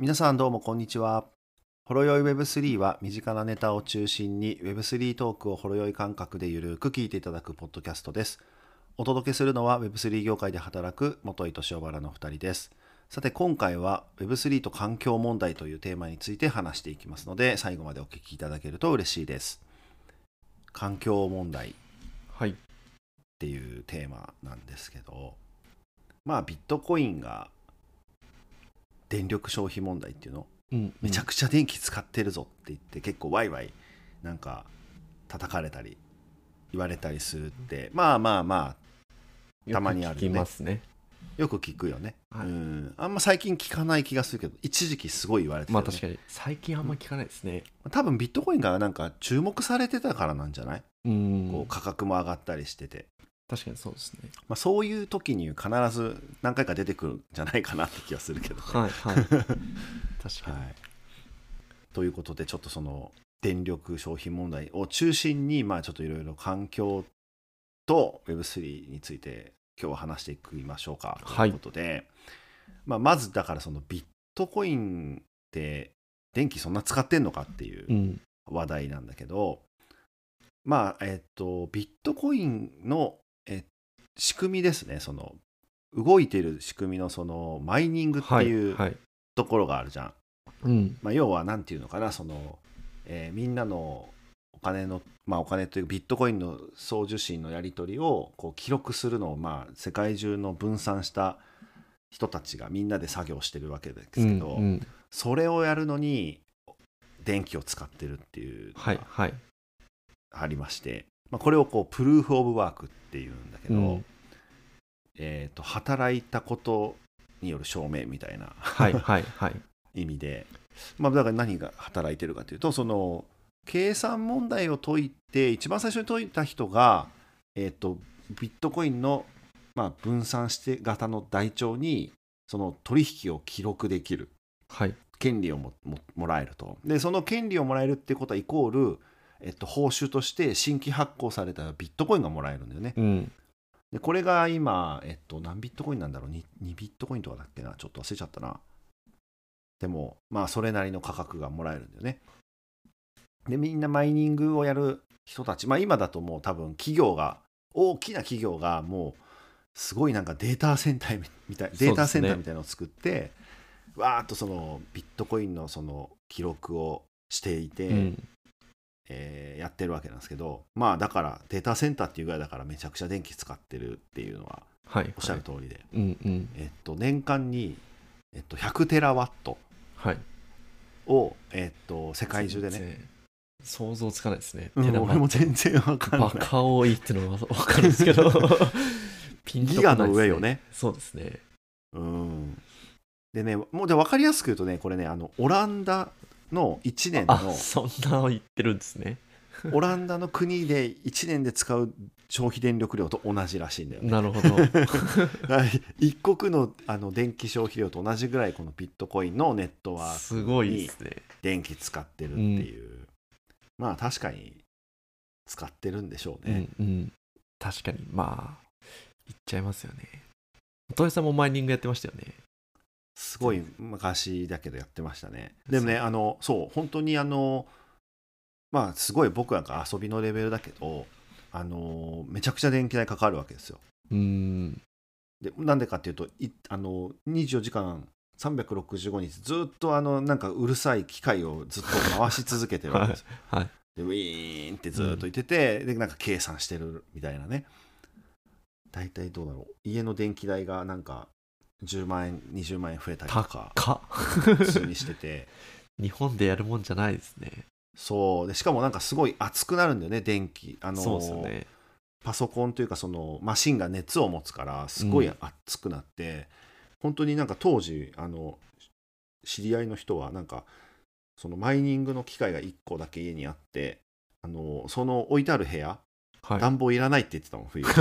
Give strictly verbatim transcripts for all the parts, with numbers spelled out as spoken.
皆さんどうもこんにちは。ほろよい ウェブスリー は身近なネタを中心に ウェブスリー トークをほろよい感覚でゆるく聞いていただくポッドキャストです。お届けするのは ウェブスリー 業界で働く元井と塩原のふたりです。さて今回は ウェブスリー と環境問題というテーマについて話していきますので、最後までお聞きいただけると嬉しいです。環境問題っはい。 ていうテーマなんですけど、まあビットコインが電力消費問題っていうのうんうん、 めちゃくちゃ電気使ってるぞって言って結構ワイワイなんか叩かれたり言われたりするってまあまあまあたまにあるよね。 よく聞きますね。 よく聞くよね、 はい、 うんあんま最近聞かない気がするけど一時期すごい言われてたよね。 まあ確かに最近あんま聞かないですね。 多分ビットコインがなんか注目されてたからなんじゃない？ うんこう価格も上がったりしてて、 確かにそうですね。 まあ、そういう時に必ず何回か出てくるんじゃないかなって気がするけど、ね、 はいはい確かに、はい、 ということでちょっとその電力消費問題を中心にまあちょっといろいろ環境と ウェブスリー について今日は話していきましょうかということで、はいまあ、まずだからそのビットコインって電気そんな使ってんのかっていう話題なんだけど、うん、まあえっとビットコインのえ仕組みですね。その動いてる仕組みのそのマイニングっていうところがあるじゃん、 はいはいうんまあ、要はなんていうのかなその、えー、みんなのお金の、まあ、お金というビットコインの送受信のやり取りをこう記録するのを、まあ、世界中の分散した人たちがみんなで作業してるわけですけど、うんうん、それをやるのに電気を使ってるっていうのがありまして、はいはいまあ、これをこうプルーフ・オブ・ワークっていうんだけど、うんえー、と働いたことによる証明みたいな、はいはいはい、意味で、まあ、だから何が働いてるかというとその計算問題を解いて一番最初に解いた人が、えー、とビットコインの、まあ、分散して型の台帳にその取引を記録できる、はい、権利を も, も, もらえると。でその権利をもらえるってことはイコール、えっと、報酬として新規発行されたビットコインがもらえるんだよね、うん、でこれが今、えっと、何ビットコインなんだろう 2, 2ビットコインとかだっけなちょっと忘れちゃったな。でもまあそれなりの価格がもらえるんだよね。でみんなマイニングをやる人たち、まあ今だともう多分企業が大きな企業がもうすごいなんかデータセンターみたいデータセンターみたいなのを作って、わーっとそのビットコインのその記録をしていて、うんえー、やってるわけなんですけど、まあだからデータセンターっていうぐらいだからめちゃくちゃ電気使ってるっていうのはおっしゃる通りで、はいはいうんうんえっと、年間に、えっと、ひゃくテラワットを、はいえっと、世界中でね想像つかないですね、 うん、俺も全然わかんない。 バカ多いっていうのはわかるんですけどピンとこないですね。ギガの上よね。 そうですね。 うんでね、もうじゃ分かりやすく言うとねこれねあのオランダのいちねんのあそんな言ってるんですねオランダの国でいちねんで使う消費電力量と同じらしいんだよね。 なるほど一国 の, あの電気消費量と同じぐらいこのビットコインのネットワークに電気使ってるっていう、うん、まあ確かに使ってるんでしょうね、 うんうん、確かにまあ言っちゃいますよね。元井さんもマイニングやってましたよね。 すごい昔だけどやってましたね。でもねあのそう本当にあのまあすごい僕なんか遊びのレベルだけどあのめちゃくちゃ電気代かかるわけですよ。 うーんでなんでかっていうといあのにじゅうよじかんさんびゃくろくじゅうごにちずっとあのなんかうるさい機械をずっと回し続けてるわけですよ、はいはい、でウィーンってずっといてて、うん、でなんか計算してるみたいなね。だいたいどうだろう家の電気代がなんかじゅうまんえんにじゅうまんえん増えたりとか普通にしてて日本でやるもんじゃないですね。 そうでしかもなんかすごい熱くなるんだよね電気あのそうですよね。 パソコンというかそのマシンが熱を持つからすごい熱くなって、うん、本当になんか当時あの知り合いの人はなんかそのマイニングの機械がいっこだけ家にあってあのその置いてある部屋、はい、暖房いらないって言ってたもん冬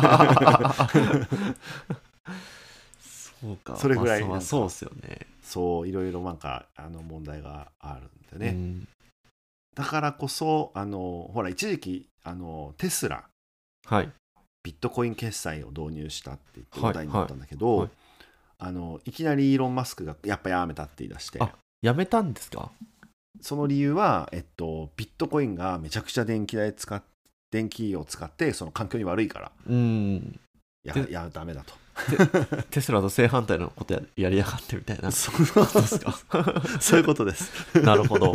そうかそれぐらいなんか、 まあ、そうですよね。 そういろいろなんかあの問題があるんでね、うん、だからこそあのほら一時期あのテスラ、はい、ビットコイン決済を導入したって言って話題になったんだけど、はいはいはい、 あのいきなりイーロン・マスクがやっぱやめたって言い出して、 あやめたんですか？ その理由は、えっと、ビットコインがめちゃくちゃ電気代使っ電気を使ってその環境に悪いから、 うんやでいやダメだと。 テスラと正反対のことややりやがってみたいなそうことですか？ そういうことです。 なるほど。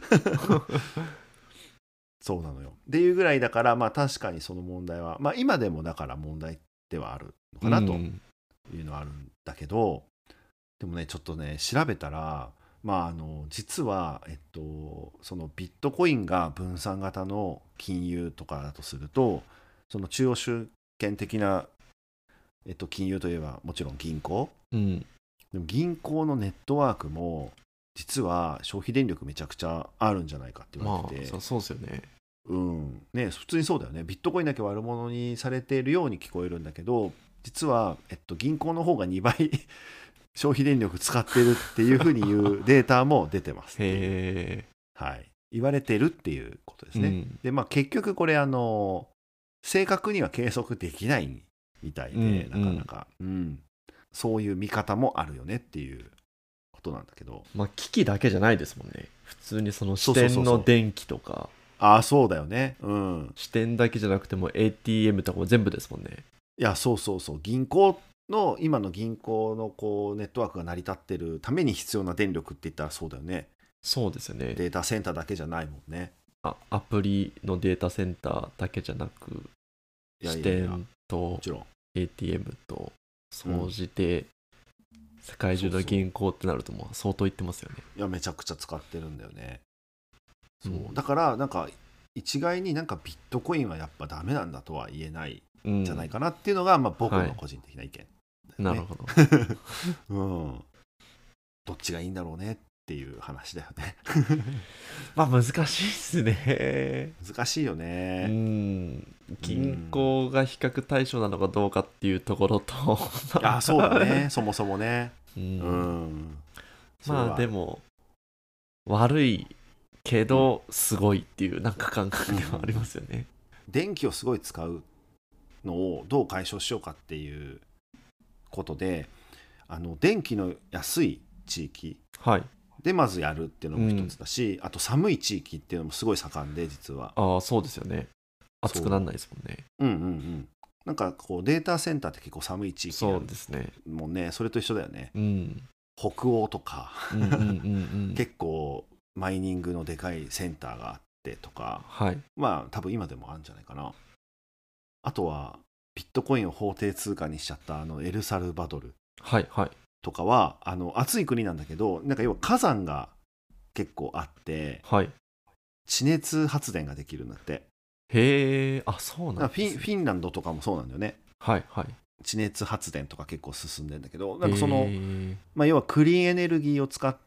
そうなのよ。っていうぐらいだから、まあ確かにその問題は、まあ今でもだから問題ではあるのかなとうんいうのはあるんだけど、でもね、ちょっとね、調べたら、まああの、実は、えっと、そのビットコインが分散型の金融とかだとすると、その中央集権的な、えっと、金融といえばもちろん銀行。 うんでも銀行のネットワークも、実は消費電力めちゃくちゃあるんじゃないかって言わまれてて、 あそそうですよね。 うんね、普通にそうだよね。ビットコインだけ悪者にされているように聞こえるんだけど、実は、えっと、銀行の方がにばい消費電力使ってるっていうふうに言うデータも出てますっていう、 へえ。 はい、言われてるっていうことですね。 うんで、まあ結局これあの正確には計測できないみたいで、 うんなかなか、うんそういう見方もあるよねっていうことなんだけど、 まあ機器だけじゃないですもんね。普通にその支そうそうそうそう店の電気とかああそうだよね。うん支店だけじゃなくても エーティーエム とかも全部ですもんね。 いやそうそうそう銀行の今の銀行のこうネットワークが成り立ってるために必要な電力って言ったらそうだよね。 そうですよね。 データセンターだけじゃないもんね。 あアプリのデータセンターだけじゃなく支いやいやいや店ともちろんエーティーエム と総じて世界中の銀行ってなるともう相当いってますよね。 いやめちゃくちゃ使ってるんだよね。そう、 うんだからなんか一概になんかビットコインはやっぱダメなんだとは言えないんじゃないかなっていうのが、まあ、僕の個人的な意見だよね、 なるほど。 うんどっちがいいんだろうねっていう話だよね。 まあ難しいっすね。 難しいようね。 ん銀行が比較対象なのかどうかっていうところとあそうだねそもそもね。 ううんんまあでも悪いけどすごいっていうなんか感覚ではありますよね。 電気をすごい使うのをどう解消しようかっていうことで、あの電気の安い地域はい。 でまずやるっていうのも一つだし、あと寒い地域っていうのもすごい盛んで実は。 ああそうですよね。暑くならないですもんね。 うんうんうんなんかこうデータセンターって結構寒い地域そうですね。 もんね。それと一緒だよね。 うん北欧とかうんうんうんうん結構マイニングのでかいセンターがあってとか、 はい。 まあ多分今でもあるんじゃないかな。あとはビットコインを法定通貨にしちゃったあのエルサルバドルはいはい。 とかはあの暑い国なんだけど、なんか要は火山が結構あってはい。 地熱発電ができるんだって。 へえ、あそうなんだからフィンですね。 フィンランドとかもそうなんだよね。 はいはい。 地熱発電とか結構進んでんだけど、なんかその、 へーまあ、要はクリーンエネルギーを使って、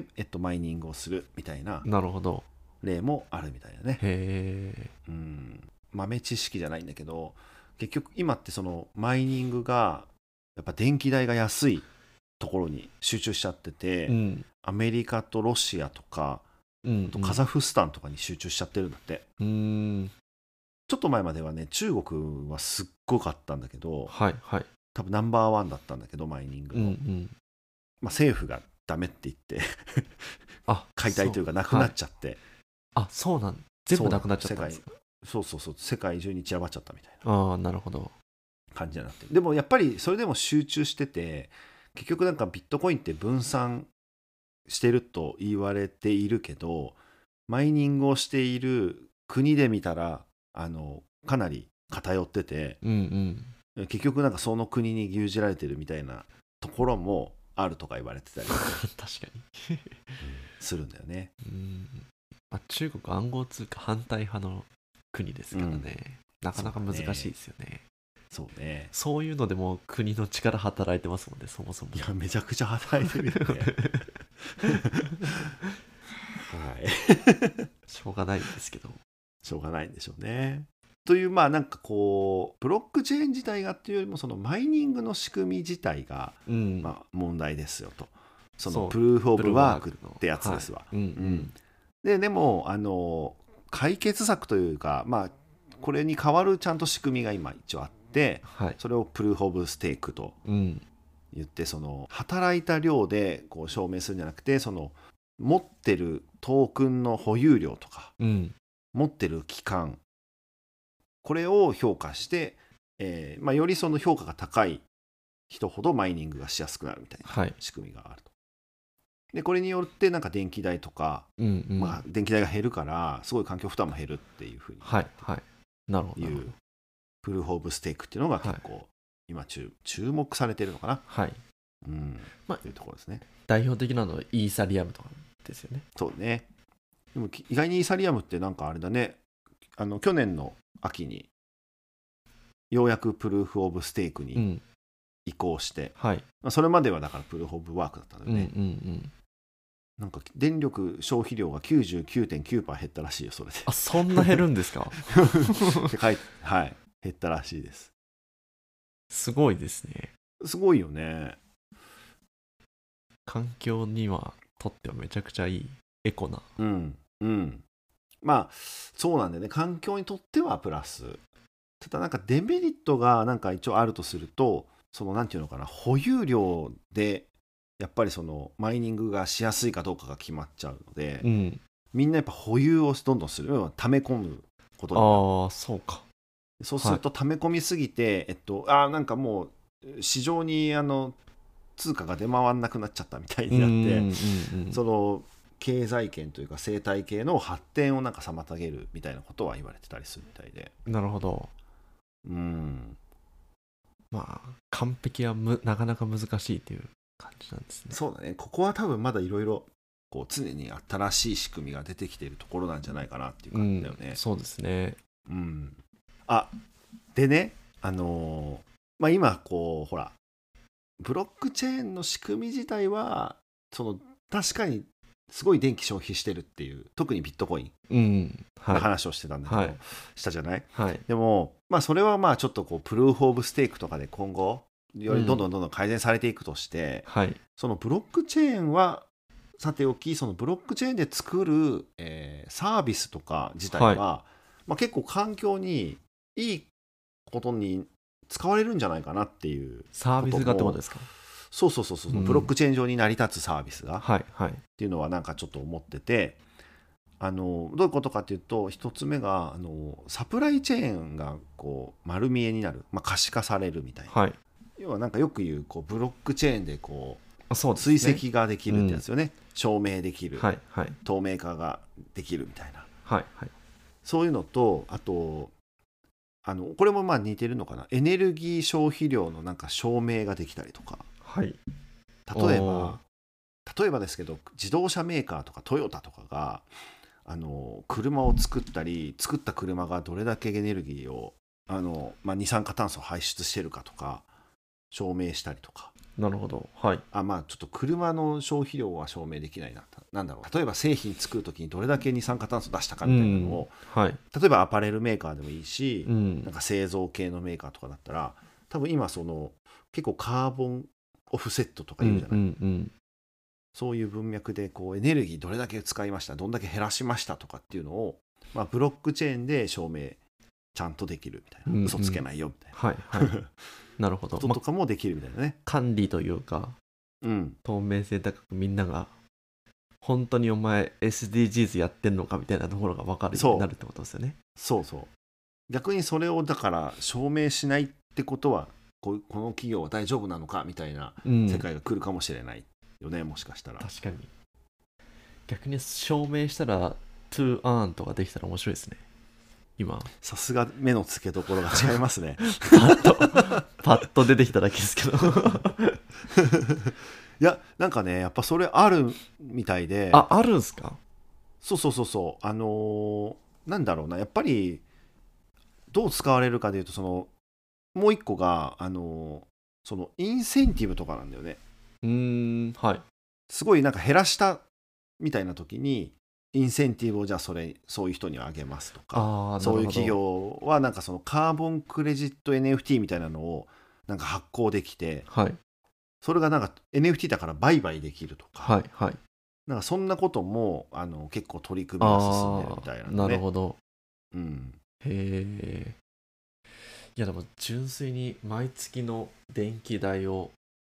えっと、マイニングをするみたいななるほど。 例もあるみたいだね。 へえ。 うん豆知識じゃないんだけど、結局今ってそのマイニングがやっぱ電気代が安いところに集中しちゃってて、 うん。 アメリカとロシアとかうん、 あとカザフスタンとかに集中しちゃってるんだって。 うん。うーん。 ちょっと前まではね中国はすっごかったんだけど、 はいはい。 多分ナンバーワンだったんだけどマイニングうんの、 うん。 まあ、政府がダメって言ってあ解体というかなくなっちゃって、 はいあそうなん全部なくなっちゃったんですか。 そうそうそう世界中に散らばっちゃったみたいなああなるほど。 感じになってる。でもやっぱりそれでも集中してて、結局なんかビットコインって分散してると言われているけど、マイニングをしている国で見たらあのかなり偏ってて、 うんうん。 結局なんかその国に牛耳られてるみたいなところもあるとか言われてたり確かに。 するんだよね。 うんまあ、中国暗号通貨反対派の国ですからね、うん、なかなか難しいですよね。 そうね。 そういうのでも国の力働いてますもんね、そもそも。 いやめちゃくちゃ働いてるよね。はい。 しょうがないんですけど。 しょうがないんでしょうね。というまあなんかこうブロックチェーン自体がっていうよりもそのマイニングの仕組み自体が、 うんまあ問題ですよと。そのそうプルーフ・オブ・ワークってやつですわ。 はいうんうんででもあの解決策というか、まあこれに代わるちゃんと仕組みが今一応あって、 はいそれをプルーフ・オブ・ステークとうん言って、その働いた量でこう証明するんじゃなくて、その持ってるトークンの保有量とかうん持ってる期間、これを評価して、えーまあ、よりその評価が高い人ほどマイニングがしやすくなるみたいなはい仕組みがあると。でこれによってなんか電気代とか、 うんうんまあ、電気代が減るからすごい環境負担も減るっていうふうにはいはいなるほどいうなるほどプルーフ・オブ・ステークっていうのが結構今注注目されてるのかな、 はいうんまあというところですね。 代表的なのはイーサリアムとかですよね。 そうね。でもき意外にイーサリアムってなんかあれだね、あの去年の秋にようやくプルーフ・オブ・ステークにうん移行して、 はいまあ、それまではだからプルーフ・オブ・ワークだったんだうんうよね、 んうんなんか電力消費量が きゅうじゅうきゅうてんきゅうパーセント 減ったらしいよそれであそんな減るんですかって書いてはい減ったらしいです。 すごいですね。 すごいよね。 環境にはとってはめちゃくちゃいいエコな。 うんうんまあそうなんだよね、環境にとってはプラス。ただなんかデメリットがなんか一応あるとすると、そのなんていうのかな、保有量でやっぱりそのマイニングがしやすいかどうかが決まっちゃうので、 うんみんなやっぱ保有をどんどんする、要は溜め込むことになる。 ああそうかそうすると溜め込みすぎて、えっとあーなんかもう市場にあの通貨が出回らなくなっちゃったみたいになって、 うんうんうんその経済圏というか生態系の発展をなんか妨げるみたいなことは言われてたりするみたいで、 なるほど。 うんまあ完璧はむなかなか難しいという感じなんですね。 そうだね、ここは多分まだいろいろこう常に新しい仕組みが出てきているところなんじゃないかなっていう感じだよね。 うん、そうですね。 うん、あでね、あのーまあ今こうほらブロックチェーンの仕組み自体はその確かにすごい電気消費してるっていう、特にビットコインうんはいの話をしてたんだけど、 はいしたじゃない。 はいでもまあそれはまあちょっとこうプルーフ・オブ・ステークとかで今後よりどんどんどんどん改善されていくとして、 はいそのブロックチェーンはさておき、そのブロックチェーンで作る、えーサービスとか自体は、 はまあ、結構環境にいいことに使われるんじゃないかなっていう。 サービスがってことですか。 そうそうそうそう、 うんブロックチェーン上に成り立つサービスがっはいはいていうのはなんかちょっと思ってて、あのどういうことかっていうと、一つ目があのサプライチェーンがこう丸見えになる、まあ、可視化されるみたいな、 はい要はなんかよく言うこうブロックチェーンでこうあそうですね追跡ができるってやつよね、証明できる、 はいはい透明化ができるみたいな、 はいはいそういうのと、あとあのこれもまあ似てるのかな、エネルギー消費量のなんか証明ができたりとか、 はい例えおば例えばですけど、自動車メーカーとかトヨタとかがあの車を作ったり、作った車がどれだけエネルギーをあの、まあ、二酸化炭素を排出してるかとか証明したりとか、 なるほどはいあまあちょっと車の消費量は証明できないな、なんだろう、例えば製品作るときにどれだけ二酸化炭素出したかみたいなのを、 うんはい例えばアパレルメーカーでもいいし、 うんなんか製造系のメーカーとかだったら、多分今その結構カーボンオフセットとかうん言うじゃない、 うんうんそういう文脈でこうエネルギーどれだけ使いました、どんだけ減らしましたとかっていうのを、まあ、ブロックチェーンで証明ちゃんとできるみたいな、 うんうん嘘つけないよみたいな、 はいはいなるほど、 ことまとかもできるみたいなね、 管理というかうん透明性高くみんなが本当にお前 エスディージーズ やってんのかみたいなところが分かるようになるってことですよね。 そうそう、逆にそれをだから証明しないってことはこうこの企業は大丈夫なのかみたいなうん世界が来るかもしれないよね、もしかしたら。 確かに逆に証明したら to earn とかできたら面白いですね。今さすが目の付けどころが違いますねパッとパッと出てきただけですけどいやなんかね、やっぱそれあるみたいで、 ああるんすか。 そうそうそうそう、あのーなんだろうな、やっぱりどう使われるかでいうと、そのもう一個が、あのーそのインセンティブとかなんだよね。 うーんはいすごいなんか減らしたみたいな時にインセンティブをじゃあそれそういう人にはあげますとか、 ああそういう企業はなんかそのカーボンクレジット エヌエフティー みたいなのをなんか発行できて、 はいそれがなんか エヌエフティー だから売買できるとか、 はいはいなんかそんなこともあの結構取り組みが進んでるみたいなあーのね。 なるほど。 うん、 へえ。いやでも純粋に毎月の電気代を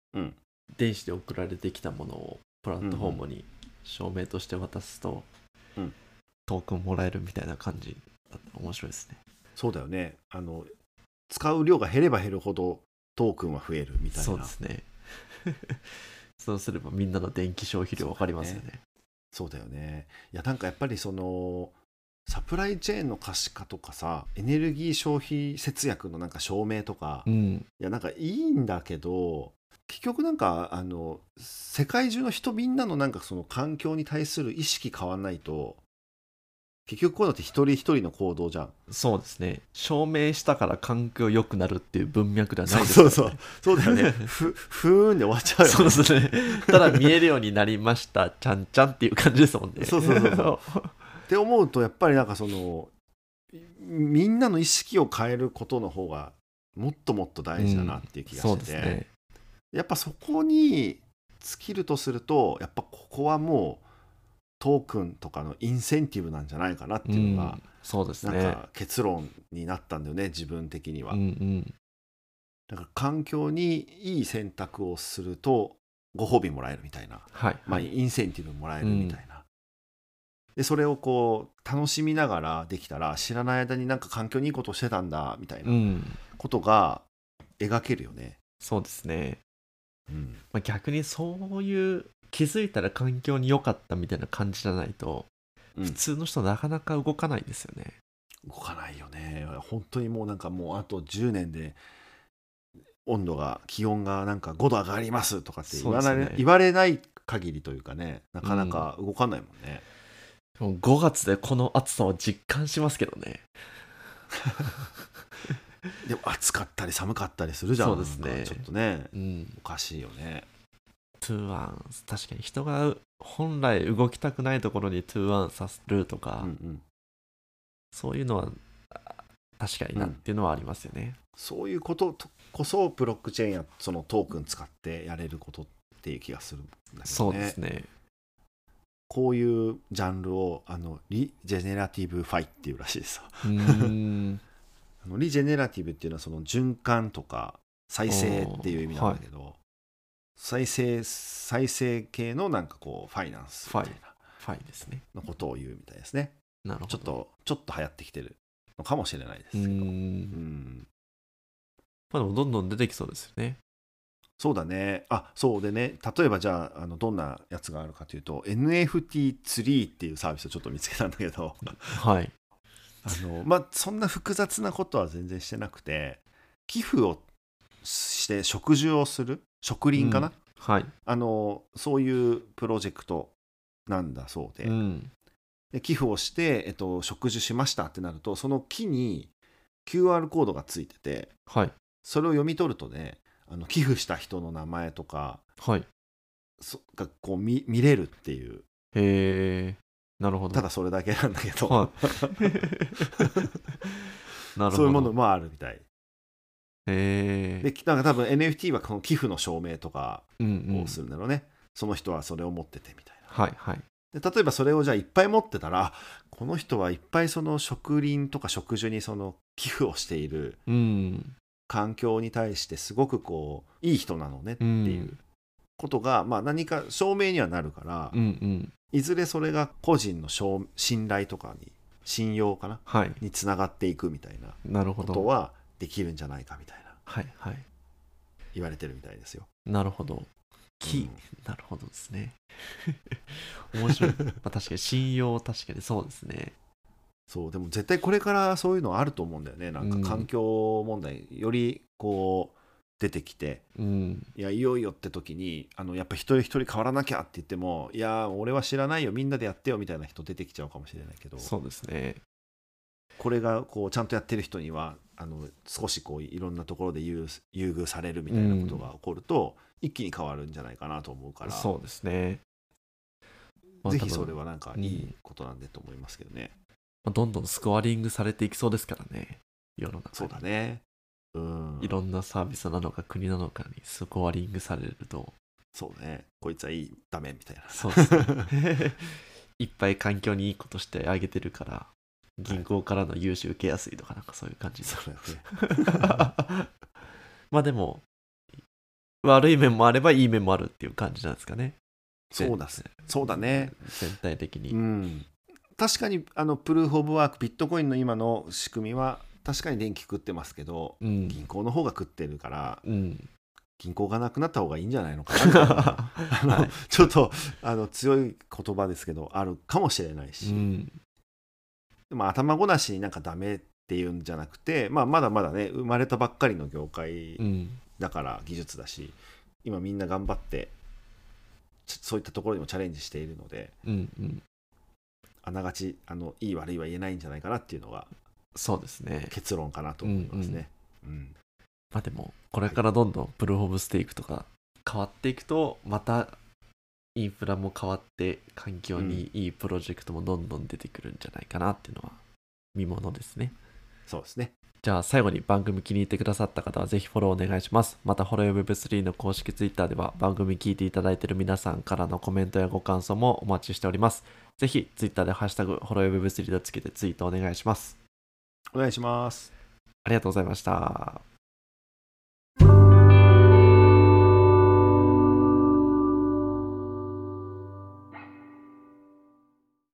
うん電子で送られてきたものをプラットフォームに証明として渡すと、 うん、 トークンもらえるみたいな感じだったら面白いですね。 そうだよね。あの使う量が減れば減るほどトークンは増えるみたいな。 そうですねそうすればみんなの電気消費量分かりますよね。 そうだよね。いやなんかやっぱりそのサプライチェーンの可視化とかさ、エネルギー消費節約のなんか証明とか、 うん、 いやなんかいいんだけど、結局なんかあの世界中の人みんなのなんかその環境に対する意識変わんないと、結局こういうのって一人一人の行動じゃん。 そうですね。証明したから環境良くなるっていう文脈ではないですそうからね。 そうそうそうだよね。ふふーんで終わっちゃうよね。 そうですね。ただ見えるようになりました、ちゃんちゃんっていう感じですもんね。 そうそうそうそうって思うとやっぱりなんかそのみんなの意識を変えることの方がもっともっと大事だなっていう気がそうしてて、 ですね。 やっぱそこに尽きるとすると、やっぱここはもうトークンとかのインセンティブなんじゃないかなっていうのが、 うん、そうですなんね。 か結論になったんだよね、自分的には。 うんうん、 だから環境にいい選択をするとご褒美もらえるみたいな、 はい、 まあ、 はい。 インセンティブもらえるみたいな、でそれをこう楽しみながらできたら、知らない間になんか環境にいいことをしてたんだみたいなうん、 ことが描けるよね。 そうですね。 うんまあ、逆にそういう気づいたら環境に良かったみたいな感じじゃないと、 うん、 普通の人なかなか動かないですよね。 動かないよね。本当にもうなんかもうあとじゅうねんで温度が気温がなんかごど上がりますとかって言わない、 そうですね。 言われない限りというかね、なかなか動かないもんね。 もうごがつでこの暑さを実感しますけどね。 でも暑かったり寒かったりするじゃん。 そうですね。 なんかちょっとね、 うん。 おかしいよね。 トゥーワン、確かに人が本来動きたくないところにトゥーワンさせるとか、 うんうん、 そういうのはあ確かになっていうのはありますよね。 そういうことこそブロックチェーンやそのトークン使ってやれることっていう気がするんだけどね。 そうですね。 こういうジャンルをあのリジェネラティブファイっていうらしいですよ。 うーん。 あのリジェネラティブっていうのはその循環とか再生っていう意味なんだけど、再生再生系のなんかこうファイナンスみたいなファイですね。 のことを言うみたいですね。 なるほど。 ちょっとちょっと流行ってきてるのかもしれないですけど。 うーん。 うんまあでもどんどん出てきそうですよね。 そうだね。あ、そうでね、例えばじゃあ、あのどんなやつがあるかというと エヌエフティー ツリーっていうサービスをちょっと見つけたんだけどはい。 あのまあそんな複雑なことは全然してなくて、寄付をして植樹をする植林かな、 うん、はい。 あのそういうプロジェクトなんだそうで、 うん、 で寄付をして、えっと、植樹しましたってなると、その木に キューアール コードがついてて、 はい。 それを読み取るとね、あの寄付した人の名前とかはい。 そがこう 見, 見れるっていう、 へえ、なるほど。 ただそれだけなんだけど、 はい、なるほど。 そういうものもあるみたい。 へえ。 で、なんか多分 エヌエフティー はこの寄付の証明とかうんうをするんだろうね。その人はそれを持っててみたいな。 はいはい。 で例えばそれをじゃあいっぱい持ってたら、この人はいっぱいその植林とか植樹にその寄付をしているうん環境に対してすごくこういい人なのねっていうことが、まあ何か証明にはなるから、 うんうんいずれそれが個人の信頼とかに、信用かな、 はい。 につながっていくみたいななるほど。 ことはできるんじゃないかみたいなはいはい。 言われてるみたいですよ。 なるほど。木、 うんなるほどですね。面白い。まあ、確かに信用、確かにそうですね。 そうでも絶対これからそういうのあると思うんだよね。なんか環境問題よりこう出てきて、 うん、 いやいよいよって時に、あのやっぱ一人一人変わらなきゃって言っても、いや俺は知らないよ、みんなでやってよみたいな人出てきちゃうかもしれないけど、 そうですね。 これがこうちゃんとやってる人にはあの少しこういろんなところで優優遇されるみたいなことが起こると、うん、一気に変わるんじゃないかなと思うから、 そうですね。まあ、 ぜひそれはなんかいいことなんでと思いますけどね。 まあ、どんどんスコアリングされていきそうですからね、世の中に。 そうだね。うん。 いろんなサービスなのか国なのかにスコアリングされると。 そうね。こいつはいい、ダメみたいな。 そうですね。いっぱい環境にいいことしてあげてるから、銀行からの融資受けやすいとかなんかそういう感じで。 そうだよね。 まあでも、 悪い面もあればいい面もあるっていう感じなんですかね。 そうだそうだね。 全体的に。 うん、確かにあのプルーフ・オブ・ワークビットコインの今の仕組みは確かに電気食ってますけど、 うん、 銀行の方が食ってるから、 うん、 銀行がなくなった方がいいんじゃないのかなみたいなあの、はい、ちょっとあの強い言葉ですけどあるかもしれないし、うん、でも頭ごなしになんかダメっていうんじゃなくて、まあ、まだまだね生まれたばっかりの業界だから技術だし、今みんな頑張ってそういったところにもチャレンジしているので、 うんうん、 あながちあのいい悪いは言えないんじゃないかなっていうのがそうですね結論かなと思いますね。うんうんうん、 まあでもこれからどんどんプルーフ・オブ・ステークとか変わっていくと、またインフラも変わって環境にいいプロジェクトもどんどん出てくるんじゃないかなっていうのは見ものですね。 そうですね。 じゃあ最後に番組気に入ってくださった方はぜひフォローお願いします。またホロヨ ウェブスリー の公式ツイッターでは番組聞いていただいている皆さんからのコメントやご感想もお待ちしております。ぜひツイッターでハッシュタグホロヨ ウェブスリー とつけてツイートお願いします。 お願いします。 ありがとうございました。